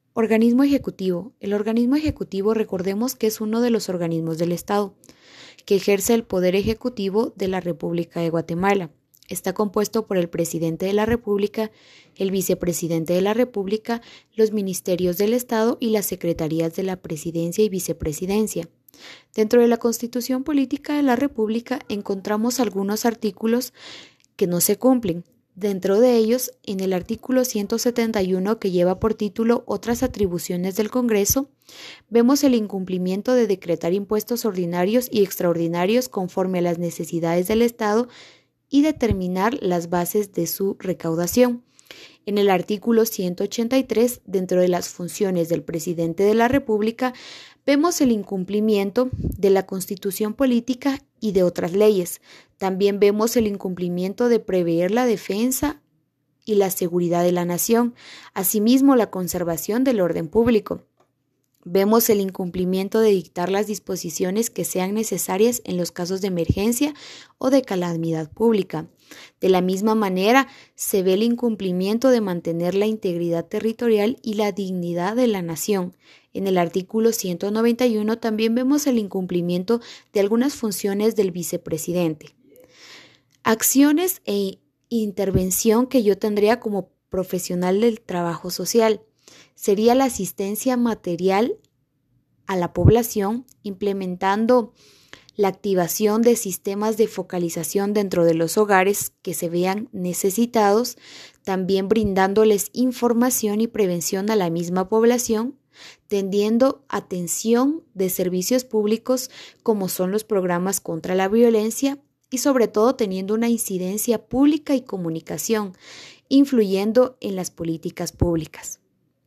Organismo ejecutivo. El organismo ejecutivo, recordemos que es uno de los organismos del Estado, que ejerce el poder ejecutivo de la República de Guatemala. Está compuesto por el presidente de la República, el vicepresidente de la República, los ministerios del Estado y las secretarías de la presidencia y vicepresidencia. Dentro de la Constitución Política de la República encontramos algunos artículos que no se cumplen. Dentro de ellos, en el artículo 171, que lleva por título Otras atribuciones del Congreso, vemos el incumplimiento de decretar impuestos ordinarios y extraordinarios conforme a las necesidades del Estado y determinar las bases de su recaudación. En el artículo 183, dentro de las funciones del presidente de la República, vemos el incumplimiento de la Constitución Política y de otras leyes. También vemos el incumplimiento de prever la defensa y la seguridad de la nación, asimismo la conservación del orden público. Vemos el incumplimiento de dictar las disposiciones que sean necesarias en los casos de emergencia o de calamidad pública. De la misma manera, se ve el incumplimiento de mantener la integridad territorial y la dignidad de la nación. En el artículo 191 también vemos el incumplimiento de algunas funciones del vicepresidente. Acciones e intervención que yo tendría como profesional del trabajo social sería la asistencia material a la población, implementando la activación de sistemas de focalización dentro de los hogares que se vean necesitados, también brindándoles información y prevención a la misma población, tendiendo atención de servicios públicos como son los programas contra la violencia y sobre todo teniendo una incidencia pública y comunicación, influyendo en las políticas públicas.